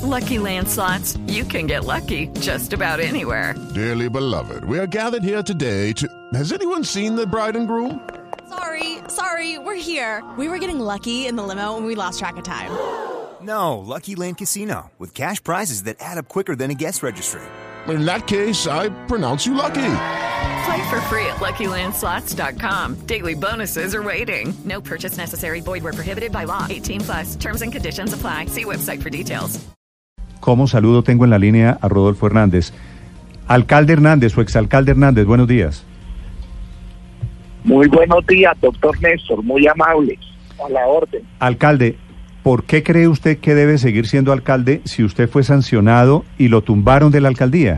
Lucky Land Slots, you can get lucky just about anywhere. Dearly beloved, we are gathered here today to... Has anyone seen the bride and groom? Sorry, we're here. We were getting lucky in the limo and we lost track of time. No, Lucky Land Casino, with cash prizes that add up quicker than a guest registry. In that case, I pronounce you lucky. Play for free at LuckyLandSlots.com. Daily bonuses are waiting. No purchase necessary. Void where prohibited by law. 18+. Terms and conditions apply. See website for details. Como saludo tengo en la línea a Rodolfo Hernández. Alcalde Hernández o exalcalde Hernández, buenos días. Muy buenos días, doctor Néstor, muy amables, a la orden. Alcalde, ¿por qué cree usted que debe seguir siendo alcalde si usted fue sancionado y lo tumbaron de la alcaldía?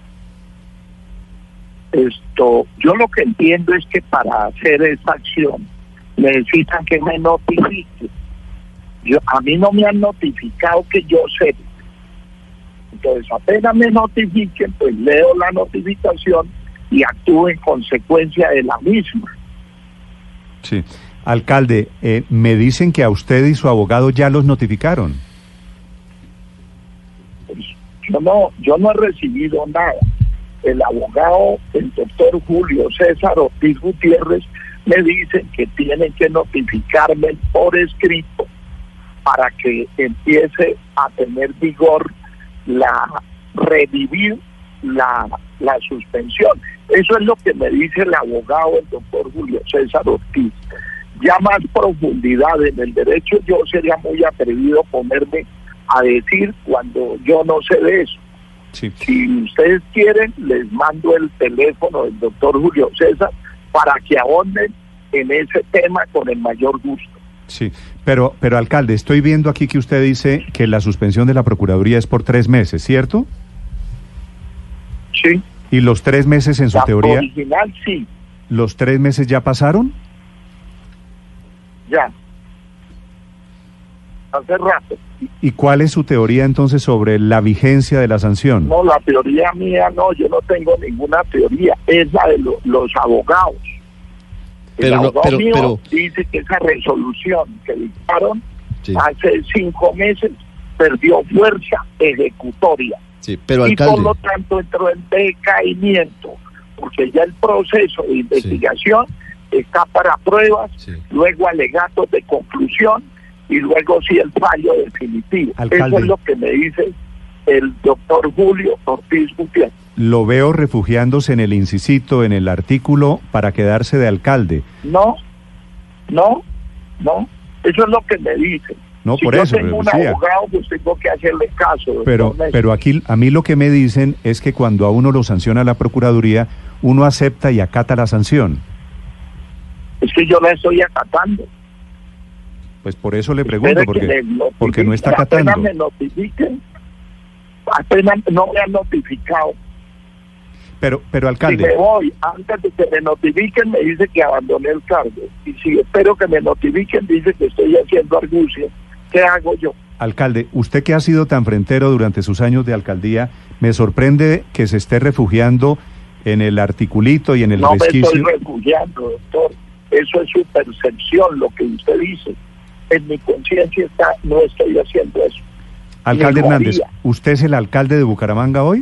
Yo lo que entiendo es que para hacer esa acción necesitan que me notifiquen. A mí no me han notificado que yo sé. Entonces, apenas me notifiquen, pues leo la notificación y actúo en consecuencia de la misma. Sí. Alcalde, me dicen que a usted y su abogado ya los notificaron. Pues yo no he recibido nada. El abogado, el doctor Julio César Ortiz Gutiérrez, me dice que tienen que notificarme por escrito para que empiece a tener vigor revivir la suspensión. Eso es lo que me dice el abogado, el doctor Julio César Ortiz. Ya más profundidad en el derecho, yo sería muy atrevido ponerme a decir cuando yo no sé de eso. Sí. Si ustedes quieren, les mando el teléfono del doctor Julio César para que ahonden en ese tema con el mayor gusto. Sí, pero alcalde, estoy viendo aquí que usted dice que la suspensión de la Procuraduría es por 3 meses, ¿cierto? Sí. ¿Y los 3 meses en su teoría? Original, sí. ¿Los 3 meses ya pasaron? Ya. Hace rato. ¿Y cuál es su teoría entonces sobre la vigencia de la sanción? No, la teoría mía no, yo no tengo ninguna teoría, es la de los abogados. El abogado mío dice que esa resolución que dictaron hace 5 meses perdió fuerza ejecutoria. Sí, pero y alcalde, por lo tanto entró en decaimiento, porque ya el proceso de investigación está para pruebas, luego alegatos de conclusión y luego sí el fallo definitivo. Alcalde, eso es lo que me dice el doctor Julio Ortiz Gutiérrez. Lo veo refugiándose en el incisito, en el artículo, para quedarse de alcalde. No, eso es lo que me dice. No, si por yo eso, tengo un abogado, pues tengo que hacerle caso. Pero aquí, a mí lo que me dicen es que cuando a uno lo sanciona la Procuraduría, uno acepta y acata la sanción. Es que yo la estoy acatando. Pues por eso le pregunto, porque no está acatando. Apenas me notifiquen, apenas no me han notificado. Pero alcalde... Si me voy, antes de que me notifiquen, me dice que abandoné el cargo. Y si espero que me notifiquen, dice que estoy haciendo argucia. ¿Qué hago yo? Alcalde, usted que ha sido tan frentero durante sus años de alcaldía, me sorprende que se esté refugiando en el articulito y en el resquicio. No me estoy refugiando, doctor. Eso es su percepción, lo que usted dice. En mi conciencia no estoy haciendo eso. Alcalde Hernández, ¿usted es el alcalde de Bucaramanga hoy?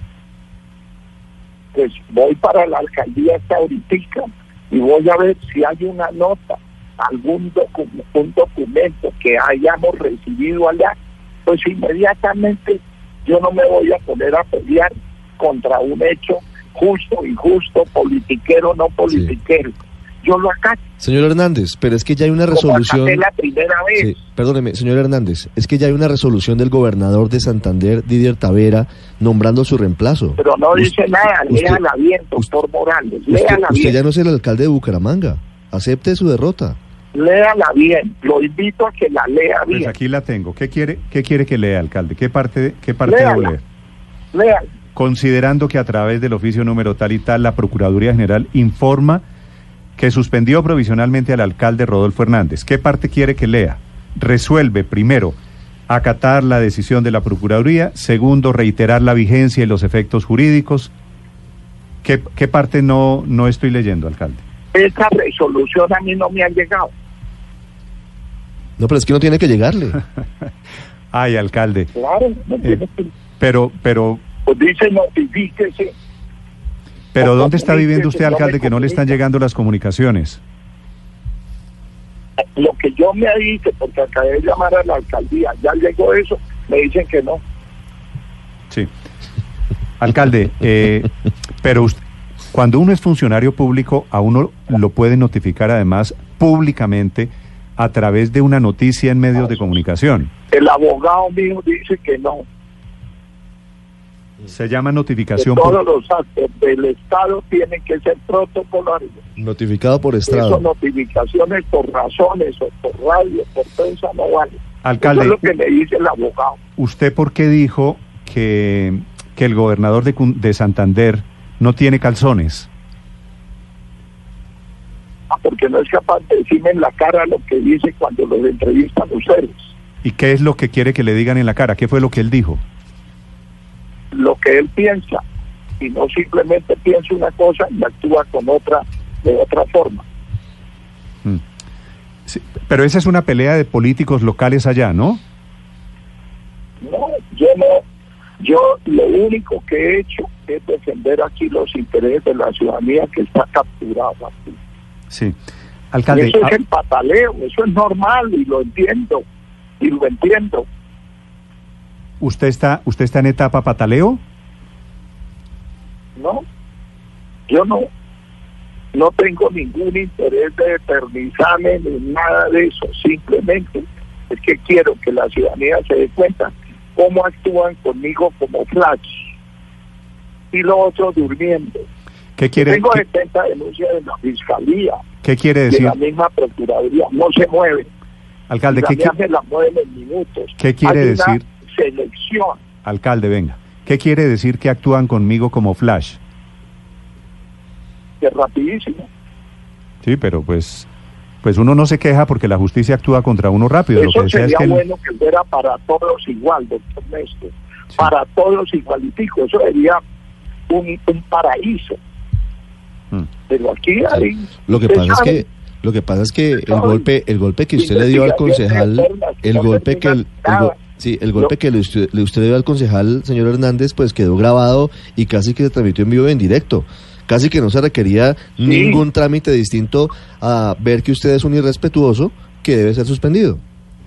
Pues voy para la alcaldía hasta ahorita y voy a ver si hay una nota, un documento que hayamos recibido allá. Pues inmediatamente yo no me voy a poner a pelear contra un hecho justo, injusto, politiquero, no politiquero. Sí. Yo lo acato. Señor Hernández, pero es que ya hay una resolución... Como la primera vez. Sí, perdóneme, señor Hernández, es que ya hay una resolución del gobernador de Santander, Didier Tavera, nombrando su reemplazo. Pero no dice nada, léala bien, doctor Morales, léala bien. Usted ya no es el alcalde de Bucaramanga, acepte su derrota. Léala bien, lo invito a que la lea bien. Pues aquí la tengo. ¿Qué quiere que lea, alcalde? ¿Qué parte debo leer? Léala. Considerando que a través del oficio número tal y tal, la Procuraduría General informa que suspendió provisionalmente al alcalde Rodolfo Hernández. ¿Qué parte quiere que lea? Resuelve, primero, acatar la decisión de la Procuraduría. Segundo, reiterar la vigencia y los efectos jurídicos. ¿Qué parte no estoy leyendo, alcalde? Esa resolución a mí no me ha llegado. No, pero es que no tiene que llegarle. Ay, alcalde. Claro, no tiene que... Pero, Pues dice, notifíquese. pero ¿dónde está viviendo usted, alcalde, que no le están llegando las comunicaciones? Lo que yo me dice, porque acabé de llamar a la alcaldía, ya llegó eso, me dicen que no. Sí. Alcalde, pero usted, cuando uno es funcionario público, a uno lo puede notificar además públicamente a través de una noticia en medios de comunicación. El abogado mío dice que no. Se llama notificación. Todos los actos del Estado tienen que ser protocolarios. Notificado por Esas estrado. notificaciones por razones o por radio, por prensa no vale. Alcalde, eso es lo que me dice el abogado. ¿Usted por qué dijo que el gobernador de Santander no tiene calzones? Porque no es capaz de decirme en la cara lo que dice cuando los entrevistan ustedes. ¿Y qué es lo que quiere que le digan en la cara? ¿Qué fue lo que él dijo? Lo que él piensa, y no simplemente piensa una cosa y actúa con otra, de otra forma. Sí, pero esa es una pelea de políticos locales allá, ¿no? No, yo lo único que he hecho es defender aquí los intereses de la ciudadanía que está capturada aquí. Sí. Alcalde, eso es el pataleo, eso es normal y lo entiendo, ¿Usted está en etapa pataleo? No, yo no tengo ningún interés de eternizarme ni nada de eso, simplemente es que quiero que la ciudadanía se dé cuenta cómo actúan conmigo como flash y los otros durmiendo. ¿Qué quiere? Tengo 70 denuncias de la Fiscalía. ¿Qué quiere de decir? La misma Procuraduría, no se mueve. Alcalde, se la mueven en minutos. ¿Qué quiere Hay decir? Una selección. Alcalde, venga. ¿Qué quiere decir que actúan conmigo como flash? Que rapidísimo. Sí, pero pues uno no se queja porque la justicia actúa contra uno rápido. Eso lo que sería es que bueno que fuera para todos igual, doctor Néstor. Sí. Para todos igualitico. Eso sería un paraíso. Pero aquí hay... Lo que pasa es que el golpe que usted le dio al concejal, el golpe que usted le dio al concejal, señor Hernández, pues quedó grabado y casi que se transmitió en vivo en directo. Casi que no se requería ningún trámite distinto a ver que usted es un irrespetuoso que debe ser suspendido.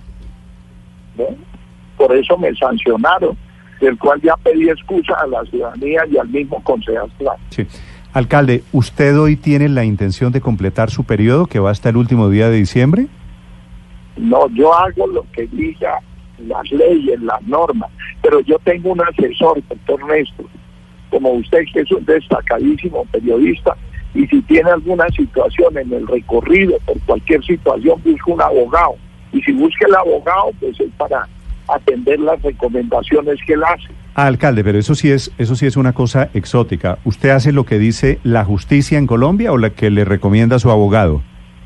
Bueno, por eso me sancionaron, del cual ya pedí excusa a la ciudadanía y al mismo concejal. Sí. Alcalde, ¿usted hoy tiene la intención de completar su periodo que va hasta el último día de diciembre? No, yo hago lo que diga las leyes, las normas, pero yo tengo un asesor, doctor Néstor, como usted que es un destacadísimo periodista, y si tiene alguna situación en el recorrido, por cualquier situación, busca un abogado, y si busca el abogado, pues es para atender las recomendaciones que él hace. Alcalde, pero eso sí es una cosa exótica. ¿Usted hace lo que dice la justicia en Colombia o la que le recomienda su abogado?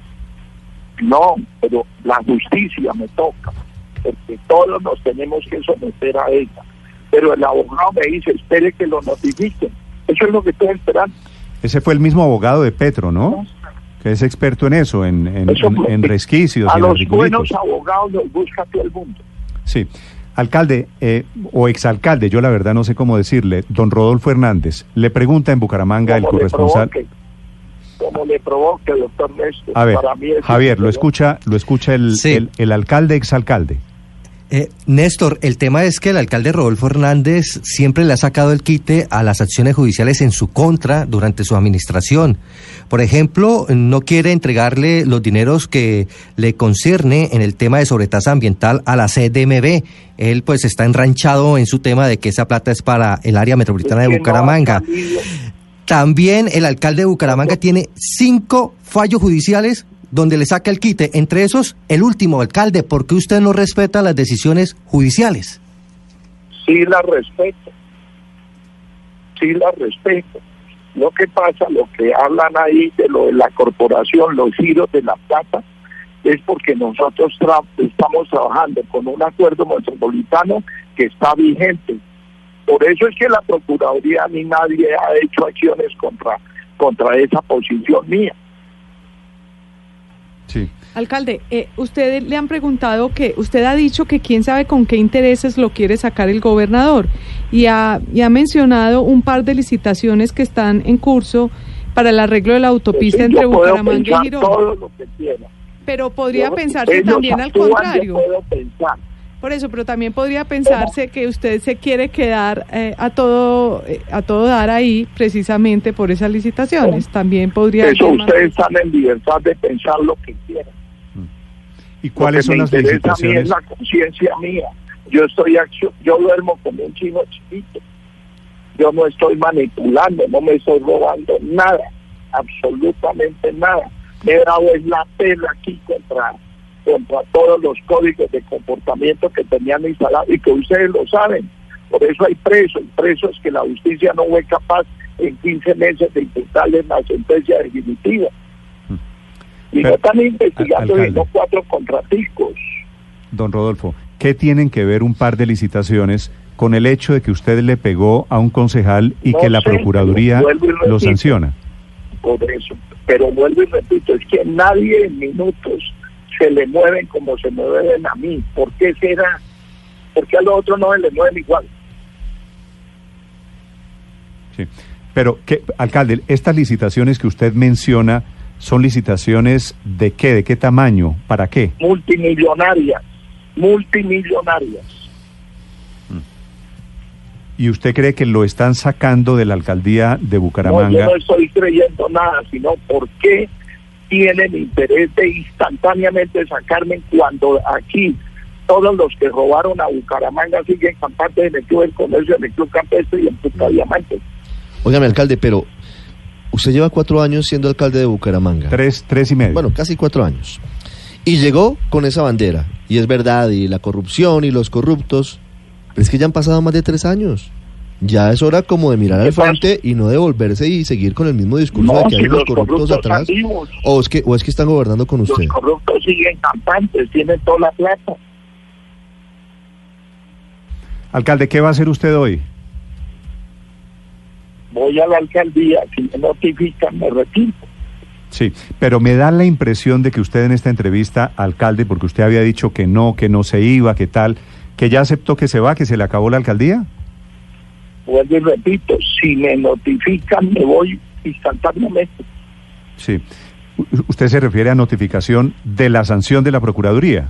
No, pero la justicia me toca, porque todos nos tenemos que someter a ella. Pero el abogado me dice, espere que lo notifiquen. Eso es lo que estoy esperando. Ese fue el mismo abogado de Petro, ¿no? Que es experto en eso, en resquicios. A y los buenos abogados los busca todo el mundo. Sí. Alcalde o exalcalde, yo la verdad no sé cómo decirle, don Rodolfo Hernández, le pregunta en Bucaramanga el corresponsal. Como le provoque, doctor Néstor. A ver, para mí Javier, lo escucha el alcalde, exalcalde. Néstor, el tema es que el alcalde Rodolfo Hernández siempre le ha sacado el quite a las acciones judiciales en su contra durante su administración. Por ejemplo, no quiere entregarle los dineros que le concierne en el tema de sobretasa ambiental a la CDMB. Él pues está enranchado en su tema de que esa plata es para el área metropolitana de Bucaramanga. También el alcalde de Bucaramanga tiene 5 fallos judiciales donde le saca el quite, entre esos el último. Alcalde, ¿por qué usted no respeta las decisiones judiciales? Sí las respeto, Lo que pasa, lo que hablan ahí de lo de la corporación, los giros de la plata, es porque nosotros estamos trabajando con un acuerdo metropolitano que está vigente. Por eso es que la Procuraduría ni nadie ha hecho acciones contra esa posición mía. Sí. Alcalde, usted le han preguntado que usted ha dicho que quién sabe con qué intereses lo quiere sacar el gobernador y ha mencionado un par de licitaciones que están en curso para el arreglo de la autopista entre Bucaramanga y Girón. Todo lo que quiera. Pero podría pensarse también al contrario. Puedo pensar. Por eso, pero también podría pensarse que usted se quiere quedar a todo dar ahí precisamente por esas licitaciones. También podría. Eso ustedes están en libertad de pensar lo que quieran. ¿Y cuáles son las licitaciones? A mí es la conciencia mía. Yo duermo como un chino chiquito. Yo no estoy manipulando, no me estoy robando nada, absolutamente nada. Me he dado es la pela aquí contra todos los códigos de comportamiento que tenían instalados y que ustedes lo saben. Por eso hay presos que la justicia no fue capaz en 15 meses de imputarles la sentencia definitiva. Y no están investigando sino 4 contratiscos. Don Rodolfo, ¿qué tienen que ver un par de licitaciones con el hecho de que usted le pegó a un concejal y que la Procuraduría lo sanciona? Por eso, pero vuelvo y repito, es que nadie en minutos se le mueven como se mueven a mí. ¿Por qué será? Porque a los otros no se les mueven igual. Sí, pero, alcalde, estas licitaciones que usted menciona, ¿son licitaciones de qué? ¿De qué tamaño? ¿Para qué? Multimillonarias. ¿Y usted cree que lo están sacando de la alcaldía de Bucaramanga? No, yo no estoy creyendo nada, sino ¿por qué tienen interés de instantáneamente sacarme cuando aquí todos los que robaron a Bucaramanga siguen campantes en el Club del Comercio, en el Club Campestre y en Punta Diamante? Óigame, alcalde, pero usted lleva 4 años siendo alcalde de Bucaramanga. 3 y medio. Bueno, casi 4 años. Y llegó con esa bandera, y es verdad, y la corrupción y los corruptos, pero es que ya han pasado más de 3 años. Ya es hora como de mirar al frente y no devolverse y seguir con el mismo discurso de que hay unos corruptos atrás. ¿O es que están gobernando con usted? Los corruptos siguen campantes, tienen toda la plata. Alcalde, ¿qué va a hacer usted hoy? Voy a la alcaldía, si me notifican, me retiro. Sí, pero me da la impresión de que usted en esta entrevista, alcalde, porque usted había dicho que no se iba, que tal, que ya aceptó que se va, que se le acabó la alcaldía. Vuelvo y repito, si me notifican, me voy instantáneamente. Sí. ¿Usted se refiere a notificación de la sanción de la Procuraduría?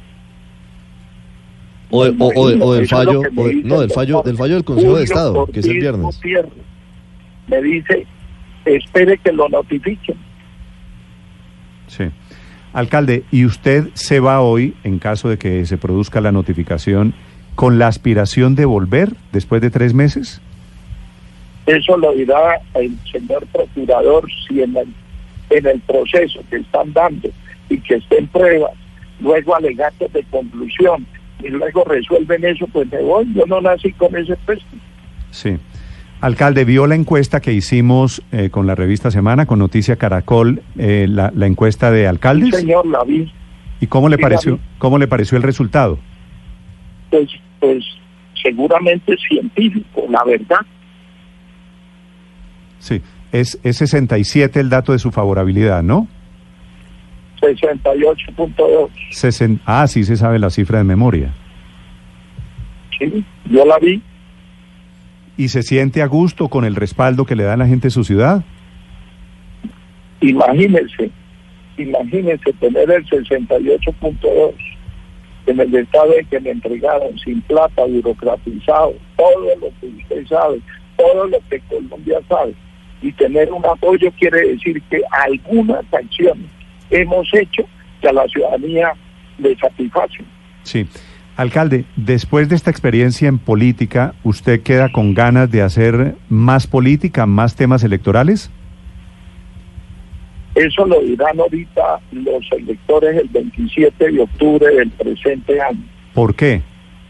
O del fallo, del fallo del Consejo de Estado, que es el viernes. Me dice, espere que lo notifiquen. Sí. Alcalde, ¿y usted se va hoy, en caso de que se produzca la notificación, con la aspiración de volver después de 3 meses? Eso lo dirá el señor procurador si en el proceso que están dando y que estén pruebas, luego alegatos de conclusión y luego resuelven eso, pues me voy. Yo no nací con ese puesto. Sí. Alcalde, ¿vio la encuesta que hicimos con la revista Semana, con Noticia Caracol, la encuesta de alcaldes? Sí, señor, la vi. ¿Y cómo le pareció el resultado? Pues seguramente científico, la verdad. Sí, es 67 el dato de su favorabilidad, ¿no? 68.2. Sí se sabe la cifra de memoria. Sí, yo la vi. ¿Y se siente a gusto con el respaldo que le da la gente de su ciudad? Imagínese tener el 68.2 en el estado en que me entregaron, sin plata, burocratizado, todo lo que usted sabe, todo lo que Colombia sabe, y tener un apoyo quiere decir que algunas acciones hemos hecho que a la ciudadanía le satisfacen. Sí. Alcalde, después de esta experiencia en política, ¿usted queda con ganas de hacer más política, más temas electorales? Eso lo dirán ahorita los electores el 27 de octubre del presente año. ¿Por qué?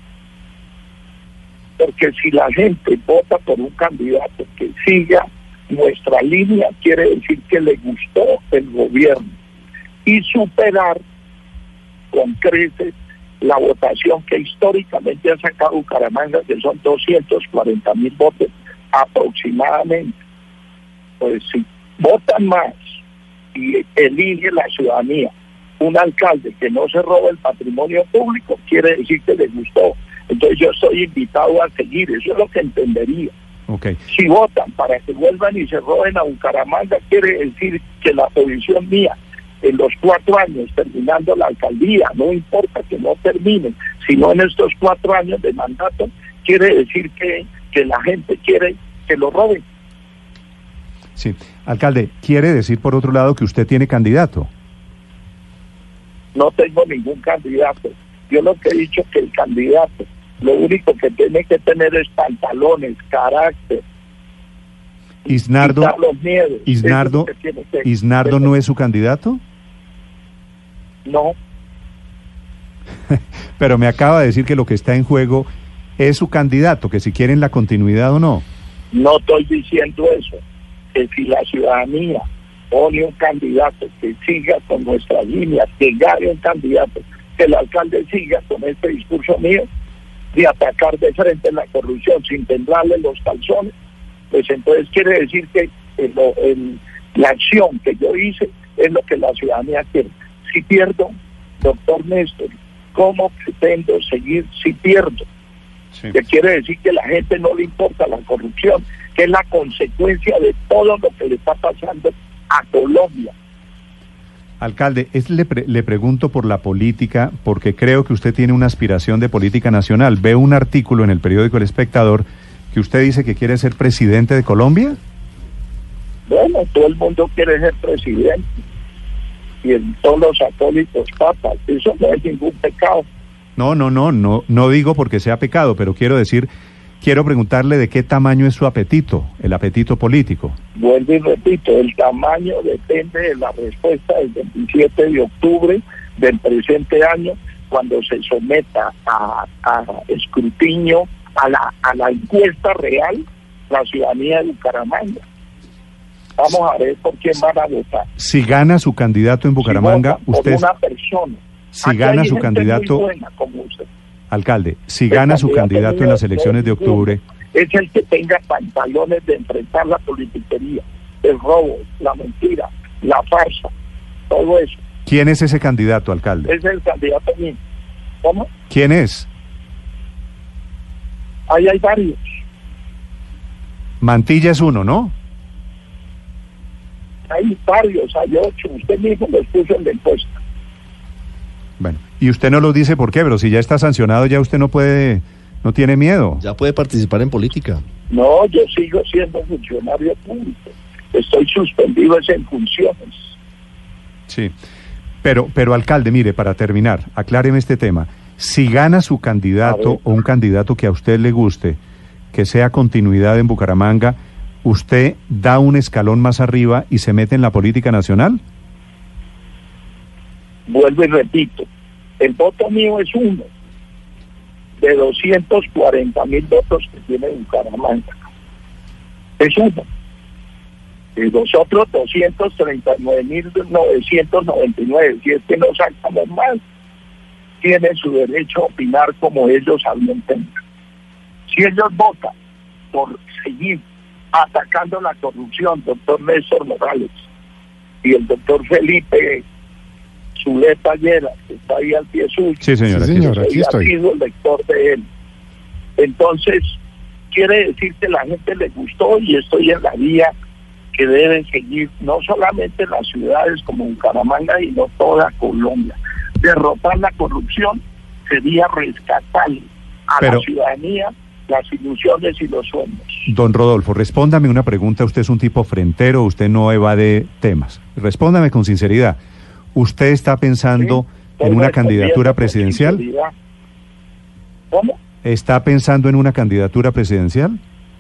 Porque si la gente vota por un candidato que siga nuestra línea, quiere decir que le gustó el gobierno, y superar con creces la votación que históricamente ha sacado Bucaramanga, que son 240.000 votos aproximadamente. Pues si votan más y elige la ciudadanía un alcalde que no se roba el patrimonio público, quiere decir que le gustó. Entonces yo estoy invitado a seguir, eso es lo que entendería. Okay. Si votan para que vuelvan y se roben a Bucaramanga, quiere decir que la posición mía en los 4 años terminando la alcaldía, no importa que no terminen, sino en estos 4 años de mandato, quiere decir que la gente quiere que lo roben. Sí, alcalde, ¿quiere decir por otro lado que usted tiene candidato? No tengo ningún candidato. Yo lo que he dicho es que el candidato, lo único que tiene que tener es pantalones, carácter. Isnardo no es su candidato. No. Pero me acaba de decir que lo que está en juego es su candidato, que si quieren la continuidad o no. No estoy diciendo eso. Que si la ciudadanía pone un candidato que siga con nuestra línea, que gane un candidato, que el alcalde siga con este discurso mío de atacar de frente la corrupción sin temblarle los calzones, pues entonces quiere decir que la acción que yo hice es lo que la ciudadanía quiere. Si pierdo, doctor Néstor, ¿cómo pretendo seguir si pierdo? Sí. Que quiere decir que a la gente no le importa la corrupción, que es la consecuencia de todo lo que le está pasando a Colombia. Alcalde, le pregunto por la política, porque creo que usted tiene una aspiración de política nacional. Veo un artículo en el periódico El Espectador que usted dice que quiere ser presidente de Colombia. Bueno, todo el mundo quiere ser presidente. Y todos los acólitos papas, eso no es ningún pecado. No digo porque sea pecado, pero quiero preguntarle de qué tamaño es su apetito, el apetito político. Vuelvo y repito, el tamaño depende de la respuesta del 27 de octubre del presente año, cuando se someta a escrutinio, a la encuesta real, la ciudadanía de Bucaramanga. Vamos a ver por quién van a votar. Si gana su candidato en Bucaramanga, si usted... Por una persona. Si aquí gana su candidato... Muy buena, como usted. Alcalde, si gana su candidato en las elecciones de octubre... Es el que tenga pantalones de enfrentar la politiquería, el robo, la mentira, la farsa, todo eso. ¿Quién es ese candidato, alcalde? Es el candidato mío. ¿Cómo? ¿Quién es? Ahí hay varios. Mantilla es uno, ¿no? Hay varios, hay 8. Usted mismo los puso en la encuesta. Bueno, y usted no lo dice por qué, pero si ya está sancionado, ya usted no tiene miedo. Ya puede participar en política. No, yo sigo siendo funcionario público. Estoy suspendido en funciones. Sí, pero alcalde, mire, para terminar, acláreme este tema. Si gana su candidato o un candidato que a usted le guste, que sea continuidad en Bucaramanga, ¿usted da un escalón más arriba y se mete en la política nacional? Vuelvo y repito, el voto mío es uno de 240,000 votos que tiene Bucaramanga. Es uno. Y los otros 239,999, si es que no sacamos más, tienen su derecho a opinar como ellos entiendan. Si ellos votan por seguir atacando la corrupción, doctor Néstor Morales y el doctor Felipe Zuleta Lleras, que está ahí al pie suyo. Sí, señor, aquí estoy. Ha sido el lector de él. Entonces, quiere decir que la gente le gustó y estoy en la vía que deben seguir, no solamente las ciudades como Bucaramanga, sino toda Colombia. Derrotar la corrupción sería rescatarle a la ciudadanía las ilusiones y los sueños. Don Rodolfo, respóndame una pregunta. Usted es un tipo frentero, usted no evade temas. Respóndame con sinceridad. ¿Usted está pensando en una candidatura presidencial? ¿Cómo? ¿Está pensando en una candidatura presidencial?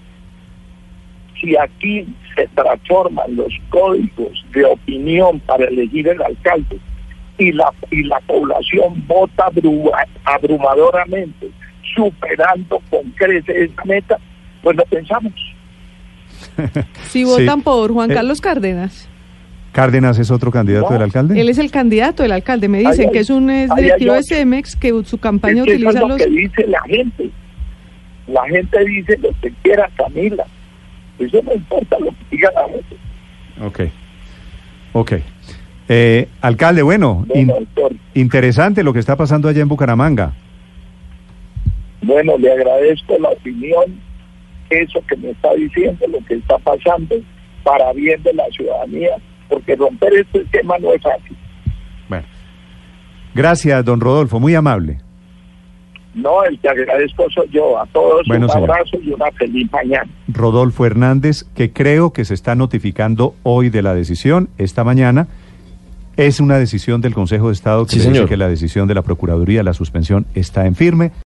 Si aquí se transforman los códigos de opinión para elegir el alcalde y la población vota abrumadoramente, superando con creces esa meta, pues lo pensamos. Si votan por Juan Carlos Cárdenas. ¿Cárdenas es otro candidato del alcalde? Él es el candidato del alcalde. Me dicen que es un directivo de Cemex, que su campaña utiliza eso es lo que dice la gente. La gente dice lo que quiera, Camila. Eso no importa lo que diga la gente. Ok. Alcalde, bueno, doctor. interesante lo que está pasando allá en Bucaramanga. Bueno, le agradezco la opinión, eso que me está diciendo, lo que está pasando, para bien de la ciudadanía, porque romper este tema no es fácil. Bueno, gracias, don Rodolfo, muy amable. No, el que agradezco soy yo. A todos bueno, un señor. abrazo y una feliz mañana. Rodolfo Hernández, que creo que se está notificando hoy de la decisión, esta mañana. Es una decisión del Consejo de Estado que sí, le dice señor. que la decisión de la Procuraduría, la suspensión, está en firme.